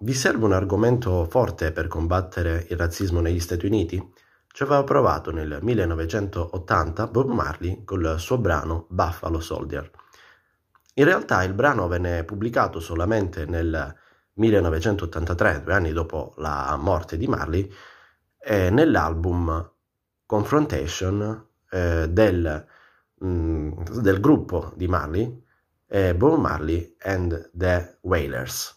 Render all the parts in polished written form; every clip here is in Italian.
Vi serve un argomento forte per combattere il razzismo negli Stati Uniti? Ci aveva provato nel 1980 Bob Marley col suo brano Buffalo Soldier. In realtà il brano venne pubblicato solamente nel 1983, 2 anni dopo la morte di Marley, nell'album Confrontation del gruppo di Marley, Bob Marley and the Wailers.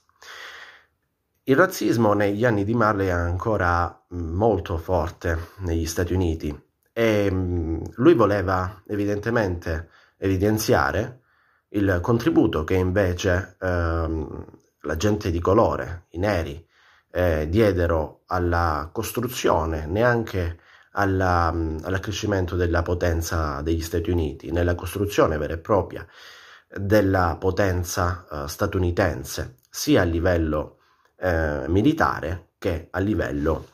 Il razzismo negli anni di Marley è ancora molto forte negli Stati Uniti e lui voleva evidentemente evidenziare il contributo che invece la gente di colore, i neri, diedero alla costruzione, neanche all'accrescimento della potenza degli Stati Uniti, nella costruzione vera e propria della potenza statunitense, sia a livello militare che a livello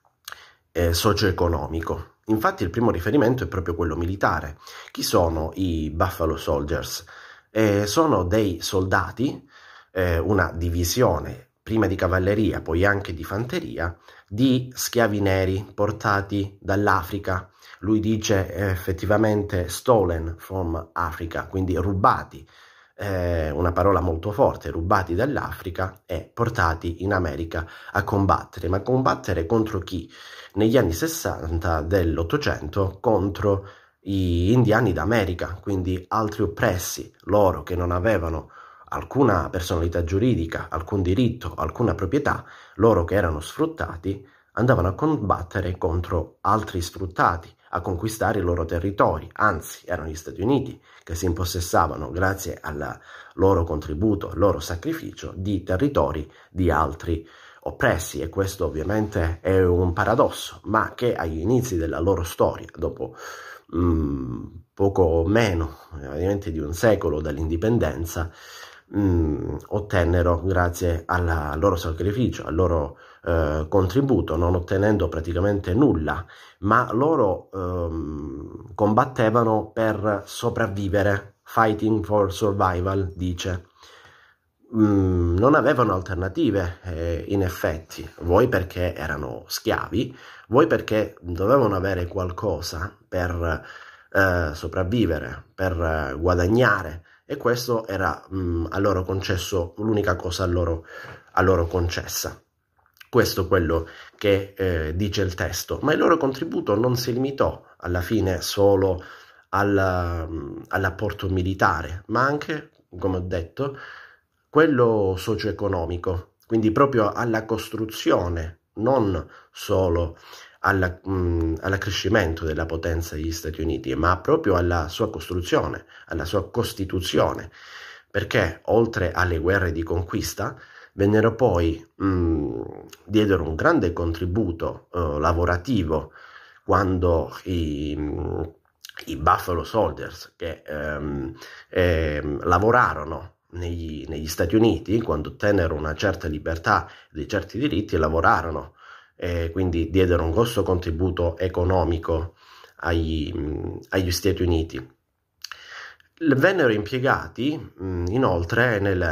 socio-economico. Infatti il primo riferimento è proprio quello militare. Chi sono i Buffalo Soldiers? Sono dei soldati, una divisione prima di cavalleria, poi anche di fanteria, di schiavi neri portati dall'Africa. Lui dice effettivamente stolen from Africa, quindi rubati, una parola molto forte, rubati dall'Africa e portati in America a combattere. Ma combattere contro chi? Negli anni 60 dell'Ottocento contro gli indiani d'America, quindi altri oppressi, loro che non avevano alcuna personalità giuridica, alcun diritto, alcuna proprietà, loro che erano sfruttati, andavano a combattere contro altri sfruttati, a conquistare i loro territori, anzi erano gli Stati Uniti che si impossessavano, grazie al loro contributo, al loro sacrificio, di territori di altri oppressi, e questo ovviamente è un paradosso, ma che agli inizi della loro storia, dopo poco meno ovviamente di un secolo dall'indipendenza, ottennero, grazie al loro sacrificio, al loro contributo, non ottenendo praticamente nulla, ma loro combattevano per sopravvivere, fighting for survival, dice. Non avevano alternative, in effetti, vuoi perché erano schiavi, vuoi perché dovevano avere qualcosa per sopravvivere, per guadagnare, e questo era a loro concesso, l'unica cosa a loro concessa. Questo è quello che dice il testo, ma il loro contributo non si limitò alla fine solo all'apporto militare, ma anche, come ho detto, quello socio-economico, quindi proprio alla costruzione, non solo all'accrescimento della potenza degli Stati Uniti, ma proprio alla sua costruzione, alla sua costituzione, perché oltre alle guerre di conquista vennero poi, diedero un grande contributo lavorativo quando i Buffalo Soldiers, che lavorarono negli Stati Uniti, quando ottennero una certa libertà, dei certi diritti, lavorarono e quindi diedero un grosso contributo economico agli Stati Uniti. Vennero impiegati inoltre nel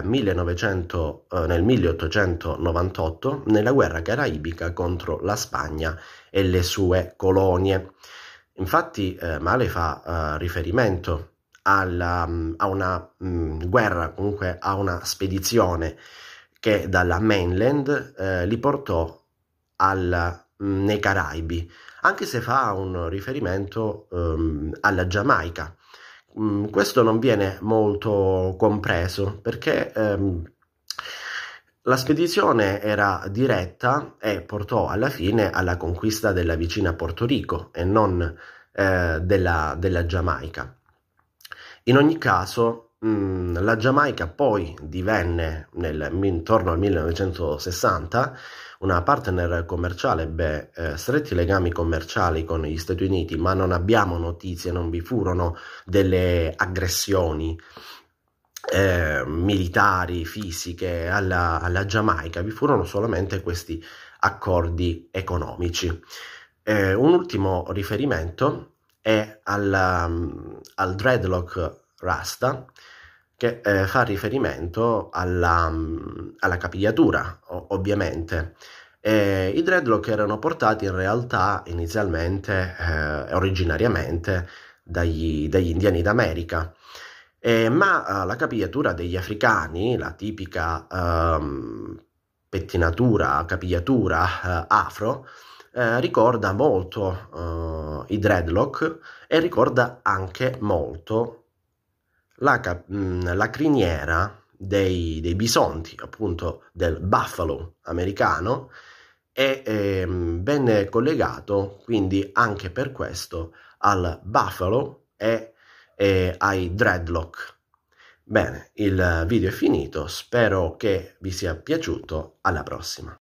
1898 nella guerra caraibica contro la Spagna e le sue colonie. Infatti Marley fa riferimento a una guerra, comunque a una spedizione che dalla mainland li portò nei Caraibi, anche se fa un riferimento alla Giamaica. Questo non viene molto compreso perché la spedizione era diretta e portò alla fine alla conquista della vicina Porto Rico e non della Giamaica. In ogni caso, la Giamaica poi divenne intorno al 1960 una partner commerciale, ebbe stretti legami commerciali con gli Stati Uniti, ma non abbiamo notizie, non vi furono delle aggressioni militari, fisiche alla Giamaica, vi furono solamente questi accordi economici. Un ultimo riferimento è al dreadlock Rasta, che fa riferimento alla capigliatura, ovviamente. I dreadlock erano portati in realtà inizialmente, originariamente, dagli indiani d'America, ma la capigliatura degli africani, la tipica pettinatura, capigliatura afro, ricorda molto i dreadlock e ricorda anche molto la criniera dei bisonti, appunto del buffalo americano, e venne collegato quindi anche per questo al buffalo e ai dreadlock. Bene, il video è finito, spero che vi sia piaciuto, alla prossima.